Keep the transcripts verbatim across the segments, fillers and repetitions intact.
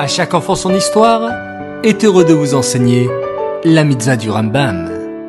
À chaque enfant son histoire est heureux de vous enseigner la mitzvah du Rambam.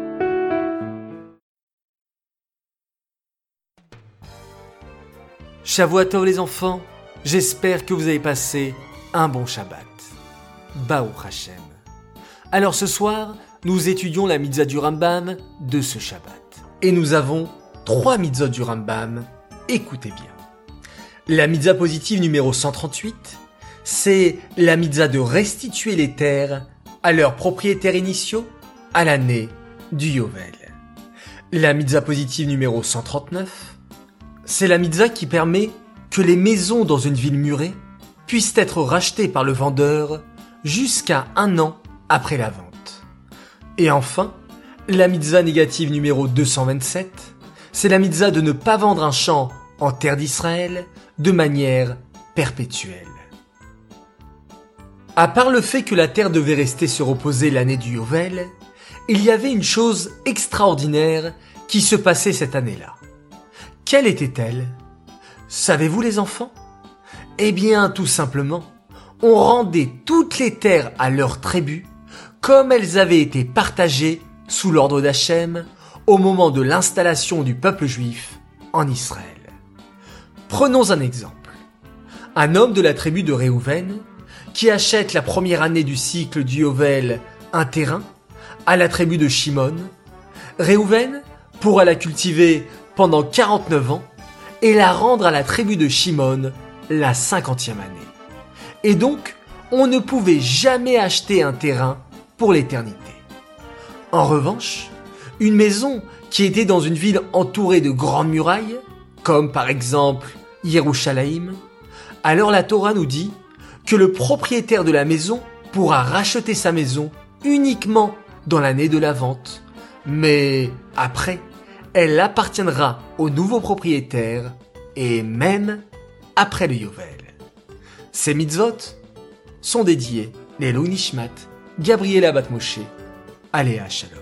Shavua tov les enfants, j'espère que vous avez passé un bon Shabbat. Baruch Hashem. Alors ce soir, nous étudions la mitzvah du Rambam de ce Shabbat. Et nous avons trois mitzvot du Rambam, écoutez bien. La mitzvah positive numéro cent trente-huit, c'est la mitzvah de restituer les terres à leurs propriétaires initiaux à l'année du Yovel. La mitzvah positive numéro cent trente-neuf, c'est la mitzvah qui permet que les maisons dans une ville murée puissent être rachetées par le vendeur jusqu'à un an après la vente. Et enfin, la mitzvah négative numéro deux cent vingt-sept, c'est la mitzvah de ne pas vendre un champ en terre d'Israël de manière perpétuelle. À part le fait que la terre devait rester se reposer l'année du Yovel, il y avait une chose extraordinaire qui se passait cette année-là. Quelle était-elle ? Savez-vous les enfants ? Eh bien, tout simplement, on rendait toutes les terres à leurs tribus comme elles avaient été partagées sous l'ordre d'Hachem au moment de l'installation du peuple juif en Israël. Prenons un exemple. Un homme de la tribu de Réhouven qui achète la première année du cycle du Yovel un terrain à la tribu de Shimon. Réhouven pourra la cultiver pendant quarante-neuf ans et la rendre à la tribu de Shimon la cinquantième année. Et donc, on ne pouvait jamais acheter un terrain pour l'éternité. En revanche, une maison qui était dans une ville entourée de grandes murailles, comme par exemple Yerushalayim, alors la Torah nous dit que le propriétaire de la maison pourra racheter sa maison uniquement dans l'année de la vente. Mais après, elle appartiendra au nouveau propriétaire et même après le Yovel. Ces mitzvot sont dédiés Lelou Nishmat, Gabriela Bat Moshe, Aléa Shalom.